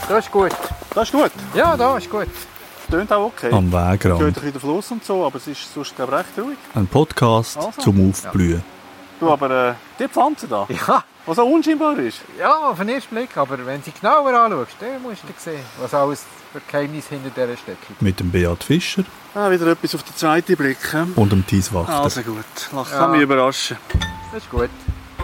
Das ist gut. Das ist gut? Ja, das ist gut. Tönt auch okay. Am Wegrand. Geht ein bisschen der Fluss und so, aber es ist sonst glaube ich, recht ruhig. Ein Podcast Also. zum Aufblühen. Du, aber die Pflanze da, Ja, die so unscheinbar ist. ja, auf den ersten Blick. Aber wenn du sie genauer anschaust, dann musst du sehen, was alles für Geheimnisse hinter dieser steckt. Mit dem Beat Fischer Wieder etwas auf den zweiten Blick. und dem Thies Wachter. Also gut, lass mich überraschen. Das ist gut.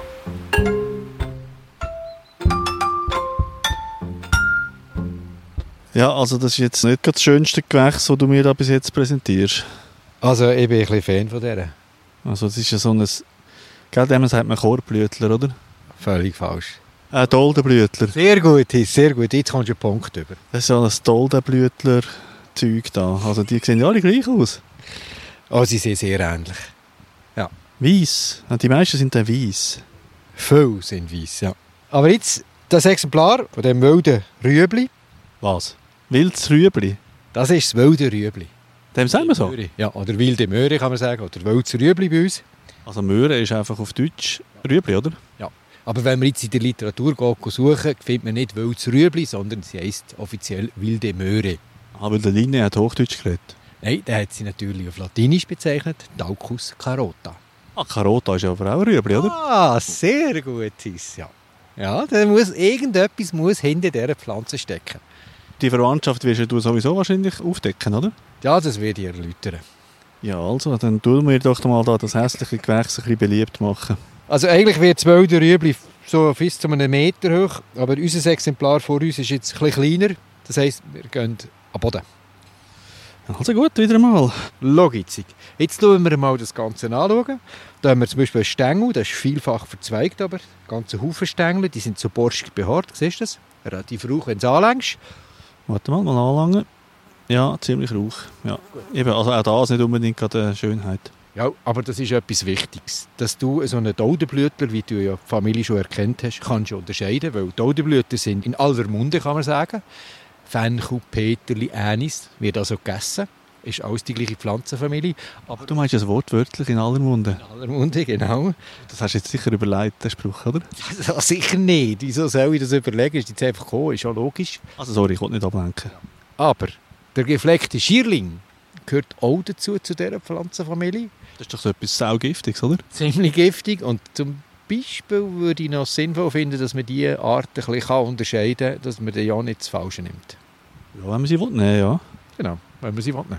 Ja, also das ist jetzt nicht das schönste Gewächs, das du mir da bis jetzt präsentierst. Also ich bin ein bisschen Fan von dieser. Also das ist ja so ein... Gell, dem sagt man Chorblütler, oder? Völlig falsch. Doldenblütler. Sehr gut, sehr gut. Jetzt kommst du einen Punkt über. Das ist so ein Doldenblütler-Zeug da. Also die sehen ja alle gleich aus. Oh, sie sind sehr ähnlich. Weiss. Die meisten sind dann weiss. Viele sind weiss, ja. Aber jetzt das Exemplar von dem wilden Rüebli. Was? Wildes Rüebli? Das ist das wilde Rüebli. Dem sagen wir so? Möhre. Ja, oder wilde Möhre kann man sagen. Oder wildes Rüebli bei uns. Also Möhre ist einfach auf Deutsch Rüebli, oder? Ja. Aber wenn man jetzt in der Literatur suchen, findet man nicht wildes Rüebli, sondern sie heisst offiziell wilde Möhre. Weil der Linne hat Hochdeutsch geredet. Nein, der hat sie natürlich auf Latinisch bezeichnet. Daucus carota. Carota ist ja aber auch Rüebli, oder? Ah, sehr gut, Thies, ja. Ja, da muss irgendetwas hinter dieser Pflanze stecken. Die Verwandtschaft wirst du sowieso wahrscheinlich aufdecken, oder? Ja, das werde ich erläutern. Ja, also, dann tun wir doch mal da das hässliche Gewächs ein bisschen beliebt machen. Also eigentlich wird das wilde Rüebli so bis zu einem Meter hoch, aber unser Exemplar vor uns ist jetzt ein bisschen kleiner. Das heisst, wir gehen am Boden. Also gut, wieder einmal. Logisch. Jetzt schauen wir mal das Ganze anschauen. Da haben wir zum Beispiel einen Stängel, der ist vielfach verzweigt, aber ganze Haufen Stängel, die sind so borstig behaart, siehst du das? Relativ rauch, wenn du es anlängst. Warte mal anlangen. Ja, ziemlich rauch. Ja. Eben, also auch das nicht unbedingt gerade eine Schönheit. Ja, aber das ist etwas Wichtiges. Dass du so einen Doldenblütler, wie du ja die Familie schon erkannt hast, kannst du unterscheiden, weil Doldenblüter sind in aller Munde, kann man sagen. Fenchel, Peterli, Anis wird also gegessen. Ist alles die gleiche Pflanzenfamilie. Aber Du meinst das wortwörtlich in aller Munde. in aller Munde, genau. Das hast du jetzt sicher überlegt, den Spruch, oder? Ja, sicher nicht. Wieso soll ich das überlegen? Ist jetzt einfach gekommen, ist ja logisch. Also sorry, ich wollte nicht ablenken. Aber der gefleckte Schierling gehört auch dazu, zu dieser Pflanzenfamilie. Das ist doch so etwas Saugiftiges, oder? Ziemlich giftig. Und zum Beispiel würde ich noch sinnvoll finden, dass man diese Art ein bisschen unterscheiden kann, dass man den ja nicht das Falsche nimmt. Ja, wenn man sie nehmen will, ja. Genau, wenn man sie will.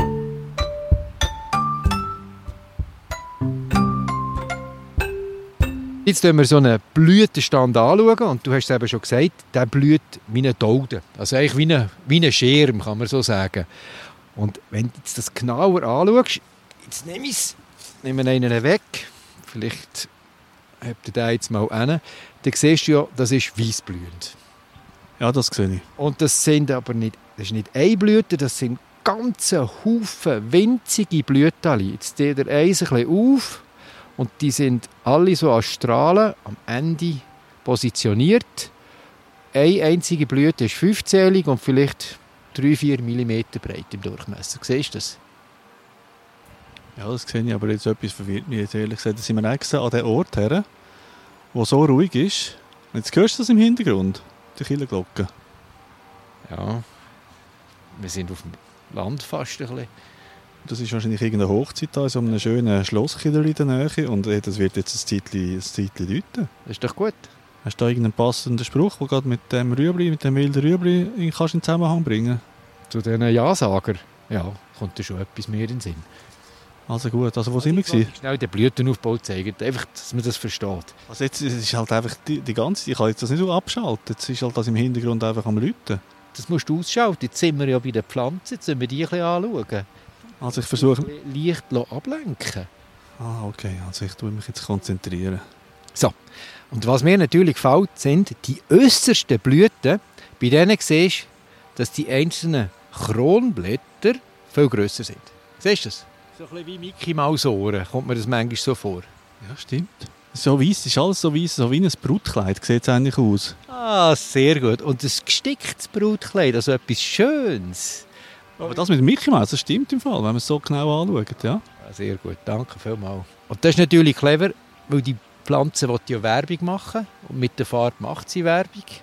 Jetzt schauen wir so einen Blütenstand anschauen und du hast es eben schon gesagt, der blüht wie eine Dolde. Also eigentlich wie ein Schirm, kann man so sagen. Und wenn du jetzt das genauer anschaust, jetzt nehme einen weg, vielleicht habt ihr den jetzt mal hin, dann siehst du ja, das ist weissblühend. Ja, das sehe ich. Und das sind aber nicht, das ist nicht eine Blüte, das sind ganze Haufen winzige Blüten. Jetzt steht der eins ein bisschen auf und die sind alle so an Strahlen am Ende positioniert. Eine einzige Blüte ist 5-zählig und vielleicht 3-4 mm breit im Durchmesser. Siehst du das? Ja, das sehe ich, aber jetzt etwas verwirrt mich jetzt ehrlich gesagt. Da sind wir extra an den Ort her, wo so ruhig ist. Und jetzt hörst du das im Hintergrund, die Kirchenglocke. Ja, wir sind auf dem Land fast ein bisschen. Das ist wahrscheinlich irgendeine Hochzeit da, in so einem schönen Schlosskiller in der Nähe. Und das wird jetzt ein Zeitchen läuten. Das ist doch gut. Hast du da irgendeinen passenden Spruch, der gerade mit dem Rüebli, mit dem wilden Rüebli in Zusammenhang bringen? Zu diesen Ja-Sager, ja, kommt da schon etwas mehr in den Sinn. Also gut, also wo sind wir gewesen? Schnell den Blütenaufbau zeigen, einfach, dass man das versteht. Also jetzt ist halt einfach die ganze, ich kann jetzt das nicht so abschalten, jetzt ist halt das im Hintergrund einfach am Läuten. Das musst du ausschalten. Jetzt sind wir ja bei den Pflanzen, jetzt müssen wir die ein bisschen anschauen. Also ich versuche... Leicht ablenken. Ah, okay, also ich tue mich jetzt konzentrieren. So, und was mir natürlich gefällt, sind die äußersten Blüten. Bei denen siehst du, dass die einzelnen Kronblätter viel grösser sind. Siehst du das? So ein bisschen wie Mickey Maus Ohren, kommt mir das manchmal so vor. Ja, stimmt. So weiss, ist alles so weiss, so wie ein Brutkleid sieht es eigentlich aus. Ah, sehr gut. Und ein gesticktes Brutkleid, also etwas Schönes. Aber das mit dem Mickey Mouse, das stimmt im Fall, wenn man es so genau anschaut, ja. Ja, sehr gut, danke vielmals. Und das ist natürlich clever, weil die Pflanze will ja Werbung machen und mit der Farbe macht sie Werbung.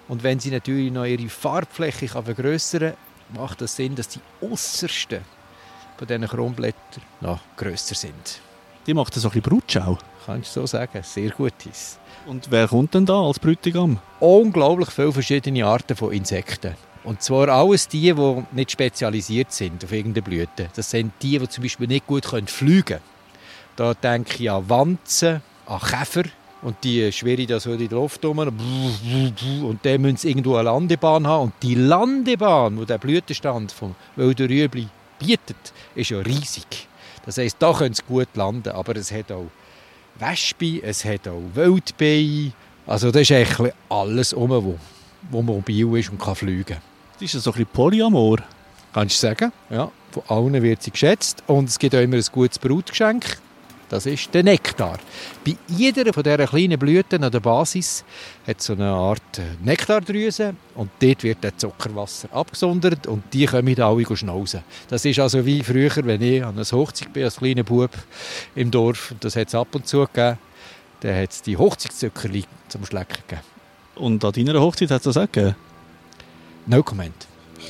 Und wenn sie natürlich noch ihre Farbfläche vergrössern kann, macht das Sinn, dass die äussersten von diesen Kronblättern noch grösser sind. Die macht so ein bisschen Brutschau. Kannst du so sagen? Sehr gut ist. Und wer kommt denn da als Bräutigam? Unglaublich viele verschiedene Arten von Insekten. Und zwar alles die nicht spezialisiert sind auf irgendeine Blüte. Das sind die zum Beispiel nicht gut fliegen können. Da denke ich an Wanzen, an Käfer. Und die schwirren da so in die Luft rum. Und dann müssen sie irgendwo eine Landebahn haben. Und die Landebahn, die der Blütenstand vom wilden Rüebli bietet, ist ja riesig. Das heisst, da können sie gut landen. Aber es hat auch Wespen, es hat auch Wildbienen. Also das ist eigentlich alles wo mobil ist und kann fliegen. Das ist ja so ein bisschen Polyamor. Kannst du sagen? Ja, von allen wird sie geschätzt. Und es gibt auch immer ein gutes Brutgeschenk. Das ist der Nektar. Bei jeder von diesen kleinen Blüten an der Basis hat so eine Art Nektardrüse und dort wird das Zuckerwasser abgesondert und die können da alle schnauzen. Das ist also wie früher, wenn ich an einer Hochzeit bin, als kleiner Bub im Dorf, das hat es ab und zu gegeben, dann hat es die Hochzeitszuckerli zum Schlecken gegeben. Und an deiner Hochzeit hat es das auch gegeben? No comment.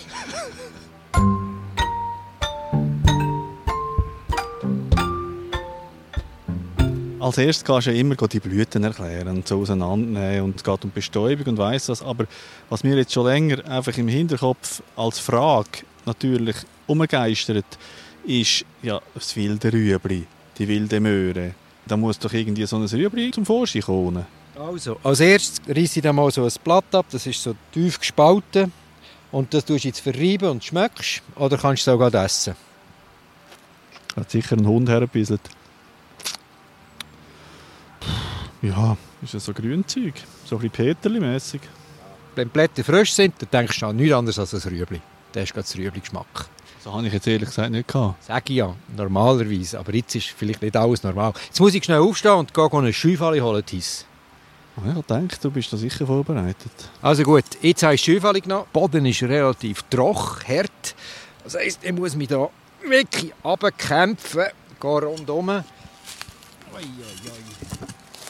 Als erstes kannst du ja immer die Blüten erklären und so auseinandernehmen und es geht um Bestäubung und weiss das. Aber was mir jetzt schon länger einfach im Hinterkopf als Frage natürlich umgeistert, ist ja das wilde Rüebli, die wilde Möhre. Da muss doch irgendwie so ein Rüebli zum Vorschein kommen. Also, als erstes reisse ich da mal so ein Blatt ab, das ist so tief gespalten. Und das tust du jetzt verreiben und schmeckst. Oder kannst du es auch gerade essen. Hat sicher ein Hund hergebisselt. Ja, ist ja so Grünzeug. So ein bisschen Peterli-mässig. Wenn die Blätter frisch sind, dann denkst du an nichts anderes als ein Rüebli. Das ist gerade das Rüebli-Geschmack. Das habe ich jetzt ehrlich gesagt nicht gehabt. Sage ich ja, normalerweise. Aber jetzt ist vielleicht nicht alles normal. Jetzt muss ich schnell aufstehen und gehe eine Schäufele holen, Thies. Ja, ich denke, du bist da sicher vorbereitet. Also gut, jetzt habe ich die Schäufele genommen. Der Boden ist relativ trocken, hart. Das heisst, ich muss mich da wirklich runterkämpfen. Ich gehe rundherum. Oi, oi, oi.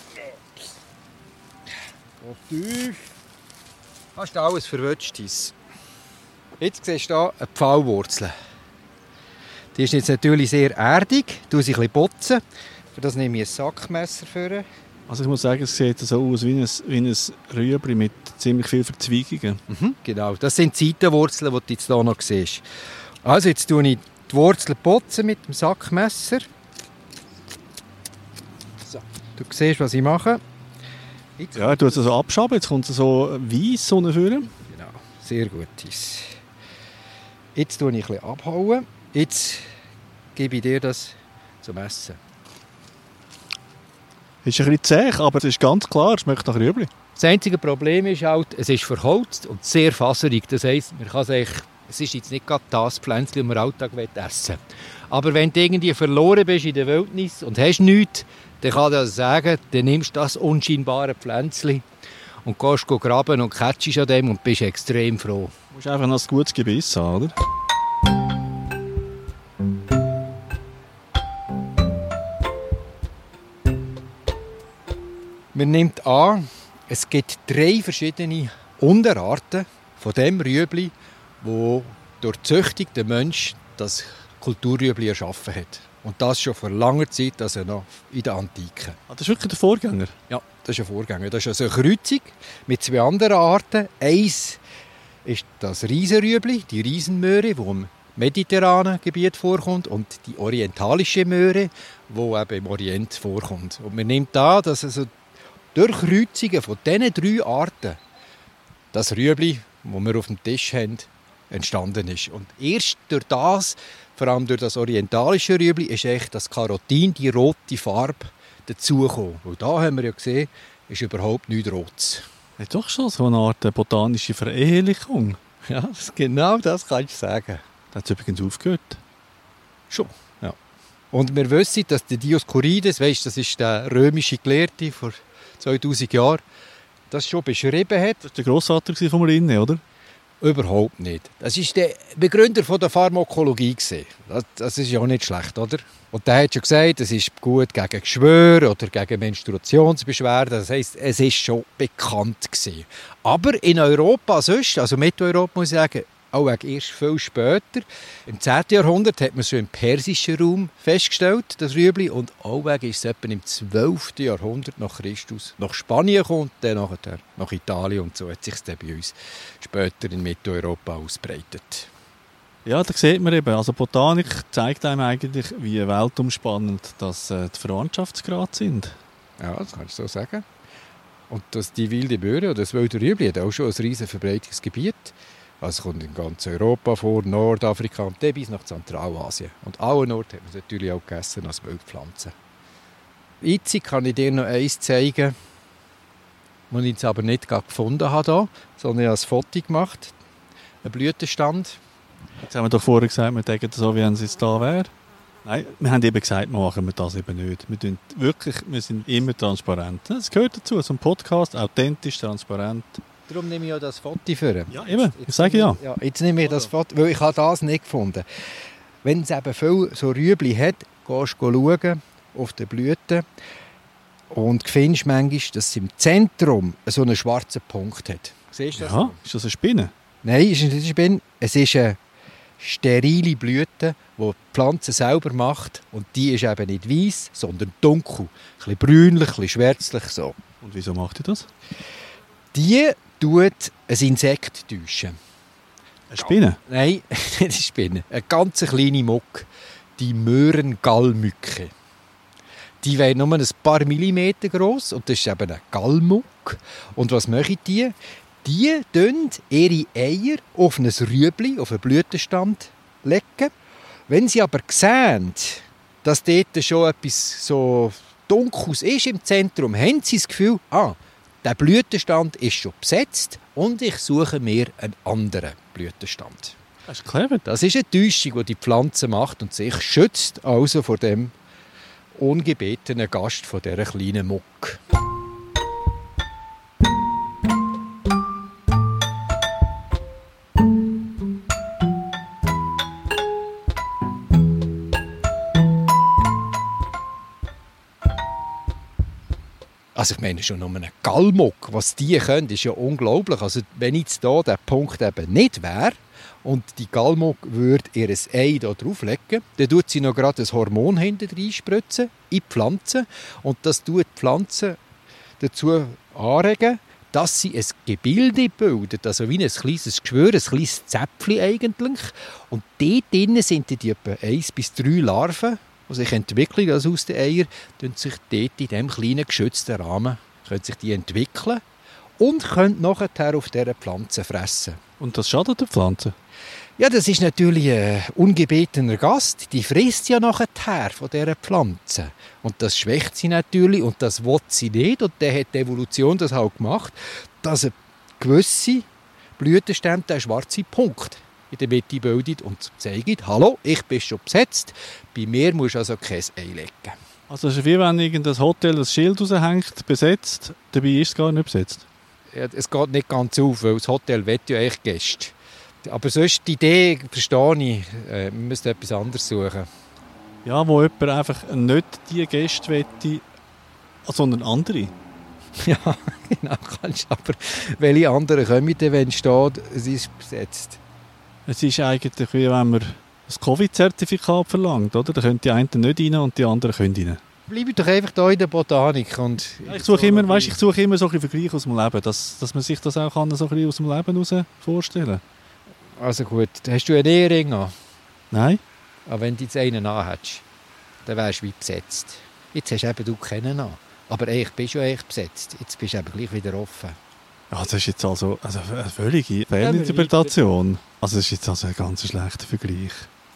Tief. Hast du alles verwünscht? Jetzt siehst du hier eine Pfahlwurzel. Die ist jetzt natürlich sehr erdig. Ich tue sie ein bisschen putzen. Für das nehme ich ein Sackmesser für. Also ich muss sagen, es sieht so aus wie ein Rüebli mit ziemlich vielen Verzweigungen. Genau, das sind die Seitenwurzeln, die du jetzt hier noch siehst. Also jetzt tue ich die Wurzeln putzen mit dem Sackmesser. So, du siehst, was ich mache. Jetzt Ja, du hast es so abschaben, jetzt kommt es so weiss so vorne. Genau, sehr gut. Jetzt tue ich ein bisschen abhauen. Jetzt gebe ich dir das zum Essen. Ist ein bisschen zäh, aber es ist ganz klar, es schmeckt nach Rüebli. Das einzige Problem ist halt, es ist verholzt und sehr faserig. Das heisst, man kann sagen, es ist jetzt nicht gerade das Pflänzchen, das man im Alltag essen will. Aber wenn du irgendwie verloren bist in der Wildnis und hast nichts, dann kann ich sagen, dann nimmst du das unscheinbare Pflänzchen und gehst graben und catchst an dem und bist extrem froh. Du musst einfach noch ein gutes Gebiss haben, oder? Man nimmt an, es gibt 3 verschiedene Unterarten von dem Rüebli, wo durch die Züchtung der Mensch das Kulturrüebli erschaffen hat. Und das schon vor langer Zeit, also noch in der Antike. Ah, das ist wirklich der Vorgänger? Ja, das ist ein Vorgänger. Das ist also eine Kreuzung mit 2 anderen Arten. Eins ist das Riesenrüebli, die Riesenmöhre, die im mediterranen Gebiet vorkommt, und die orientalische Möhre, die eben im Orient vorkommt. Und man nimmt an, dass also durch Kreuzungen von diesen 3 Arten das Rüebli, das wir auf dem Tisch haben, entstanden ist. Und erst durch das, vor allem durch das orientalische Rüebli, ist echt das Karotin, die rote Farbe, dazugekommen. Weil da haben wir ja gesehen, ist überhaupt nichts Rotes. Ja, doch schon so eine Art botanische Verehelichung. Ja, genau das kannst du sagen. Da hat es übrigens aufgehört. Schon, ja. Und wir wissen, dass der Dioskurides, weißt, das ist der römische Gelehrte vor 2000 Jahren, das schon beschrieben hat. Das war der Grossvater von Rinne, oder? Überhaupt nicht. Das war der Begründer von der Pharmakologie. Das ist ja auch nicht schlecht, oder? Und der hat schon gesagt, es ist gut gegen Geschwüre oder gegen Menstruationsbeschwerden. Das heisst, es ist schon bekannt gewesen. Aber in Europa sonst, also Mitteleuropa muss ich sagen, auch erst viel später, im 10. Jahrhundert hat man es schon im persischen Raum festgestellt, das Rüebli. Und auch ist es etwa im 12. Jahrhundert nach Christus nach Spanien gekommen, dann nachher nach Italien. Und so hat sich es dann bei uns später in Mitteleuropa ausbreitet. Ja, da sieht man eben, also Botanik zeigt einem eigentlich, wie weltumspannend das die Verwandtschaftsgrade sind. Ja, das kannst du so sagen. Und dass die wilde Möhre oder das wilde Rüebli hat auch schon ein riesen Verbreitungsgebiet. Also kommt in ganz Europa vor, Nordafrika und dann bis nach Zentralasien. Und allen Orten hat man es natürlich auch gegessen als Wildpflanze. Jetzt kann ich dir noch eins zeigen, das ich jetzt aber nicht gefunden habe, sondern ich habe ein Foto gemacht, einen Blütenstand. Jetzt haben wir doch vorher gesagt, wir denken so, wie es jetzt da wäre. Nein, wir haben eben gesagt, machen wir das eben nicht. Wir sind immer transparent. Das gehört dazu, so ein Podcast, authentisch, transparent. Darum nehme ich ja das Foto für. Ja, eben, ich sage ja. Jetzt nehme ich das Foto, weil ich habe das nicht gefunden. Wenn es eben viel so Rüebli hat, gehst du schauen auf den Blüten und findest manchmal, dass es im Zentrum so einen schwarzen Punkt hat. Siehst du das? Ja, ist das eine Spinne? Nein, es ist nicht eine Spinne. Es ist eine sterile Blüte, die die Pflanze selber macht. Und die ist eben nicht weiss, sondern dunkel. Ein bisschen brünlich, ein bisschen schwärzlich. So. Und wieso macht ihr das? Die tut ein Insekt täuschen. Eine Spinne? Nein, nicht eine Spinne. Eine ganz kleine Mucke. Die Möhrengallmücke. Die wäre nur ein paar Millimeter gross und das ist eben eine Gallmucke. Und was machen die? Die legen ihre Eier auf ein Rüebli, auf einen Blütenstand legen. Wenn sie aber sehen, dass dort schon etwas so Dunkles ist im Zentrum, haben sie das Gefühl, der Blütenstand ist schon besetzt und ich suche mir einen anderen Blütenstand. Das ist clever. Das ist eine Täuschung, die die Pflanze macht und sich schützt also vor dem ungebetenen Gast von dieser kleinen Mucke. Also ich meine schon nur eine Gallmucke, was die können, ist ja unglaublich. Also wenn jetzt hier der Punkt eben nicht wäre und die Gallmucke würde ihr Ei hier drauflegen, dann tut sie noch gerade ein Hormon hinten reinspritzen in die Pflanze und das tut die Pflanze dazu anregen, dass sie ein Gebilde bildet, also wie ein kleines Geschwür, ein kleines Zäpfchen eigentlich. Und dort drinnen sind die etwa 1 bis 3 Larven, die sich entwickeln, also aus den Eiern, sich dort in diesem kleinen geschützten Rahmen können sich die entwickeln und können nachher auf dieser Pflanze fressen. Und das schadet der Pflanze? Ja, das ist natürlich ein ungebetener Gast. Die frisst ja nachher von dieser Pflanze. Und das schwächt sie natürlich und das will sie nicht. Und dann hat die Evolution das halt gemacht, dass eine gewisse Blütenstände einen schwarzen Punkt in der Mitte bildet und zeigt, hallo, ich bin schon besetzt, bei mir musst du also kein Ei legen. Also es ist wie wenn irgendein Hotel das Schild raushängt, besetzt, dabei ist es gar nicht besetzt. Ja, es geht nicht ganz auf, weil das Hotel will ja echt Gäste. Aber sonst die Idee verstehe ich, wir müssen etwas anderes suchen. Ja, wo jemand einfach nicht die Gäste wette, sondern andere. Ja, genau, kannst du. Aber welche anderen kommen denn, wenn steht, es ist besetzt? Es ist eigentlich wie wenn man ein Covid-Zertifikat verlangt, oder? Da können die einen nicht rein und die anderen können rein. Bleibe doch einfach hier in der Botanik. Und ja, ich suche immer so ein bisschen Vergleich aus dem Leben, dass man sich das auch so ein bisschen aus dem Leben heraus vorstellen kann. Also gut, hast du einen Ehering an? Nein. Aber wenn du jetzt einen anhättest, dann wärst du wie besetzt. Jetzt hast eben du keinen an. Aber ich bin schon echt besetzt. Jetzt bist du eben gleich wieder offen. Ja, das ist jetzt also eine völlige Fehlinterpretation. Also das ist jetzt also ein ganz schlechter Vergleich.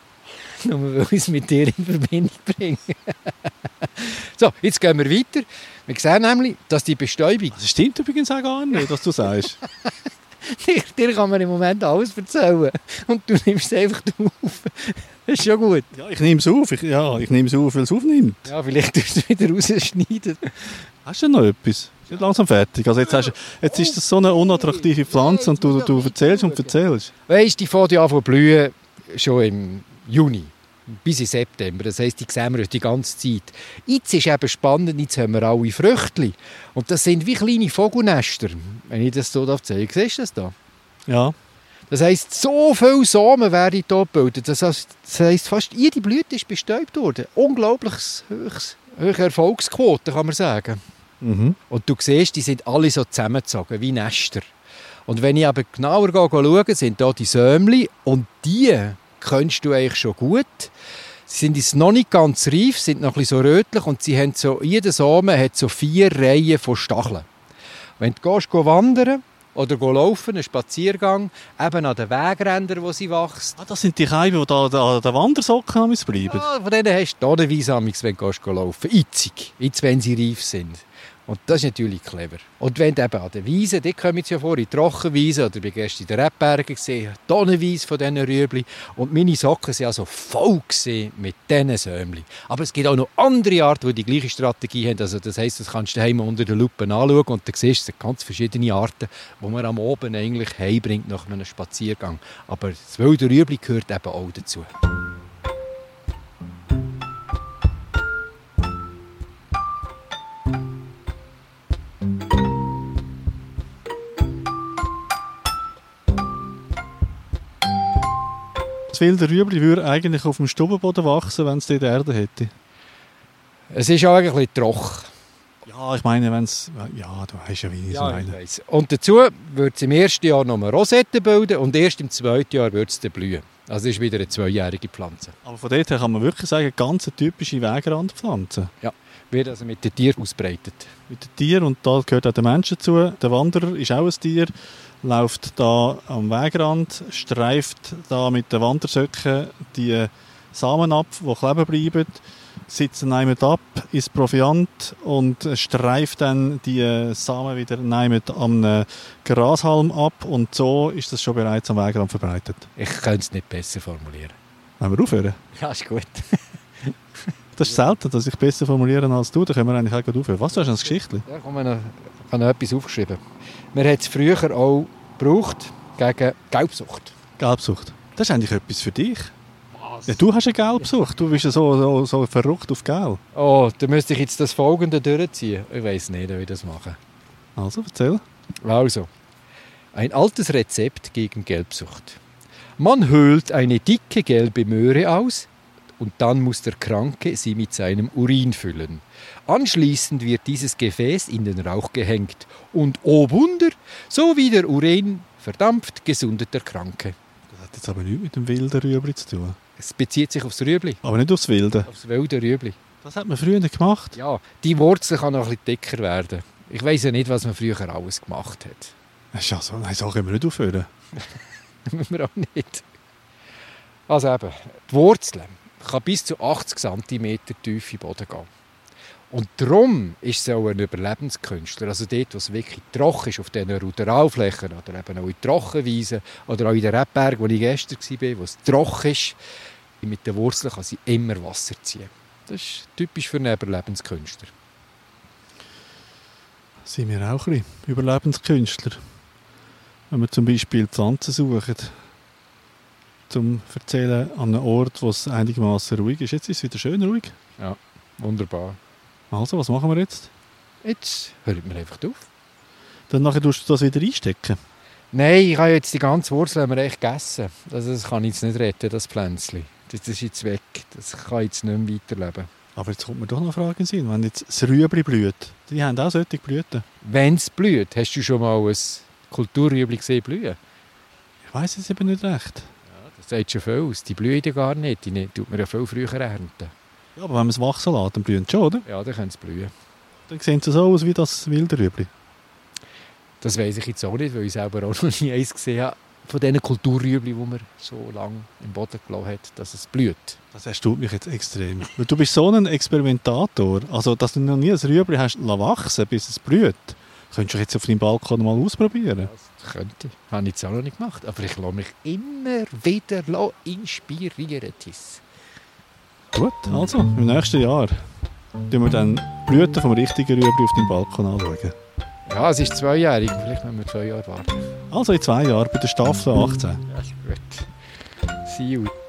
Nur weil ich es mit dir in Verbindung bringe. So, jetzt gehen wir weiter. Wir sehen nämlich, dass die Bestäubung... Das stimmt übrigens auch gar nicht, was du sagst. Dir kann man im Moment alles erzählen. Und du nimmst es einfach auf. Das ist schon gut. Ja, ich nehme es auf. Ich nehme es auf, weil es aufnimmt. Ja, vielleicht tust du es wieder rausschneiden. Hast du noch etwas? Ist langsam fertig. Also jetzt ist das so eine unattraktive Pflanze und du erzählst und erzählst. Weißt du, die fängt ja an zu blühen schon im Juni. Bis in September. Das heisst, die sehen wir die ganze Zeit. Jetzt ist eben spannend, jetzt haben wir alle Früchtchen. Und das sind wie kleine Vogelnester. Wenn ich das so zeigen darf. Siehst du das da? Ja. Das heisst, so viele Samen werden hier gebildet. Das heisst, fast jede Blüte ist bestäubt worden. Unglaubliches hohe Erfolgsquote, kann man sagen. Mhm. Und du siehst, die sind alle so zusammengezogen, wie Nester. Und wenn ich aber genauer schaue, sind da die Sämli. Und die kennst du eigentlich schon gut. Sie sind jetzt noch nicht ganz reif, sind noch ein bisschen so rötlich und sie haben so, jeder Samen hat so 4 Reihen von Stacheln. Wenn du gehst wandern oder laufen, einen Spaziergang, eben an den Wegrändern, wo sie wächst. Das sind die Scheiben, die da an den Wandersocken bleiben. Ja, von denen hast du tonnenweise, wenn du laufen gehst. Jetzt, wenn sie reif sind. Und das ist natürlich clever. Und wenn du eben an der Wiese, dort kommen jetzt ja vor, in Trockenwiese, oder ich war gestern in den Rebbergen gesehen, tonnenweise von diesen Rüebli. Und meine Socken waren also voll mit diesen Sämli. Aber es gibt auch noch andere Arten, die die gleiche Strategie haben. Also das heisst, das kannst du daheim unter der Lupe anschauen und dann siehst du ganz verschiedene Arten, die man am Abend eigentlich heimbringt nach einem Spaziergang. Aber das wilde Rüebli gehört eben auch dazu. Das wilde Rüebli würde eigentlich auf dem Stubenboden wachsen, wenn es dort Erde hätte. Es ist auch ein bisschen trocken. Ja, ich meine, wenn es... Ja, du weißt ja, wie ich es meine. Ich weiss. Und dazu wird es im ersten Jahr noch eine Rosette bilden und erst im zweiten Jahr wird es dann blühen. Also es ist wieder eine 2-jährige Pflanze. Aber von dort her kann man wirklich sagen, ganz eine typische Wegrandpflanze. Ja, wird also mit den Tieren ausbreitet. Mit den Tieren, und da gehört auch der Mensch dazu. Der Wanderer ist auch ein Tier, läuft da am Wegrand, streift da mit den Wandersöcken die Samen ab, die kleben bleiben, sitzen jemand ab, isst Proviant und streift dann die Samen wieder am Grashalm ab, und so ist das schon bereits am Wegrand verbreitet. Ich könnte es nicht besser formulieren. Wollen wir aufhören? Ja, ist gut. Das ist selten, dass ich besser formulieren als du. Da können wir eigentlich auch gut aufhören. Was, du hast ein Geschichtchen? Ja, ich habe noch etwas aufgeschrieben. Man hat es früher auch gebraucht gegen Gelbsucht. Gelbsucht. Das ist eigentlich etwas für dich. Ja, du hast eine Gelbsucht. Du bist ja so verrückt auf Gelb. Oh, dann müsste ich jetzt das Folgende durchziehen. Ich weiss nicht, wie ich das mache. Also, erzähl. Also, ein altes Rezept gegen Gelbsucht. Man höhlt eine dicke gelbe Möhre aus und dann muss der Kranke sie mit seinem Urin füllen. Anschließend wird dieses Gefäß in den Rauch gehängt und, oh Wunder, so wie der Urin verdampft, gesundet der Kranke. Das hat jetzt aber nichts mit dem wilden Rüebli zu tun. Es bezieht sich aufs Rüebli. Aber nicht aufs Wilde. Aufs wilde Rüebli. Das hat man früher nicht gemacht. Ja, die Wurzel kann noch ein bisschen dicker werden. Ich weiss ja nicht, was man früher alles gemacht hat. Das ist ja so. Nein, so können wir nicht aufhören. Müssen wir auch nicht. Also eben, die Wurzel kann bis zu 80 cm tief in den Boden gehen. Und darum ist es auch ein Überlebenskünstler. Also dort, wo es wirklich trocken ist, auf diesen Ruderalflächen oder eben auch in Trockenwiesen oder auch in den Rebbergen, wo ich gestern war, wo es trocken ist, mit den Wurzeln kann sie immer Wasser ziehen. Das ist typisch für einen Überlebenskünstler. Sind wir auch ein bisschen Überlebenskünstler. Wenn wir zum Beispiel Pflanzen suchen, zum Erzählen an einem Ort, wo es einigermaßen ruhig ist. Jetzt ist es wieder schön ruhig. Ja, wunderbar. Also, was machen wir jetzt? Jetzt hört mir einfach auf. Dann nachher tust du das wieder einstecken? Nein, ich habe jetzt die ganze Wurzel echt gegessen. Also das kann ich jetzt nicht retten, das Pflänzchen. Das ist jetzt weg. Das kann jetzt nicht mehr weiterleben. Aber jetzt kommt mir doch noch eine Frage in den Sinn. Wenn jetzt das Rüebli blüht, die haben auch solche Blüten. Wenn es blüht, hast du schon mal ein Kulturrüebli gesehen blühen? Ich weiss es eben nicht recht. Ja, das sagt schon viel aus. Die blühen ja gar nicht. Die tut man ja viel früher ernten. Ja, aber wenn man es wachsen lässt, dann blühen sie schon, oder? Ja, dann können sie blühen. Dann sehen sie so aus wie das wilde Rüebli. Das weiss ich jetzt auch nicht, weil ich selber auch noch nie eins gesehen habe. Von diesen Kulturrüebli, die man so lange im Boden gelassen hat, dass es blüht. Das erstaunt mich jetzt extrem. Weil du bist so ein Experimentator. Also, dass du noch nie ein Rüebli hast wachsen, bis es blüht. Könntest du jetzt auf deinem Balkon mal ausprobieren? Das könnte. Habe ich jetzt auch noch nicht gemacht. Aber ich lasse mich immer wieder inspirieren. Tis. Gut, also im nächsten Jahr schauen wir dann die Blüten vom richtigen Rüebli auf deinem Balkon anschauen. Ja, es ist 2-jährig. Vielleicht müssen wir 2 Jahre warten. Also in 2 Jahren bei der Staffel 18. Ja, ist gut. See you.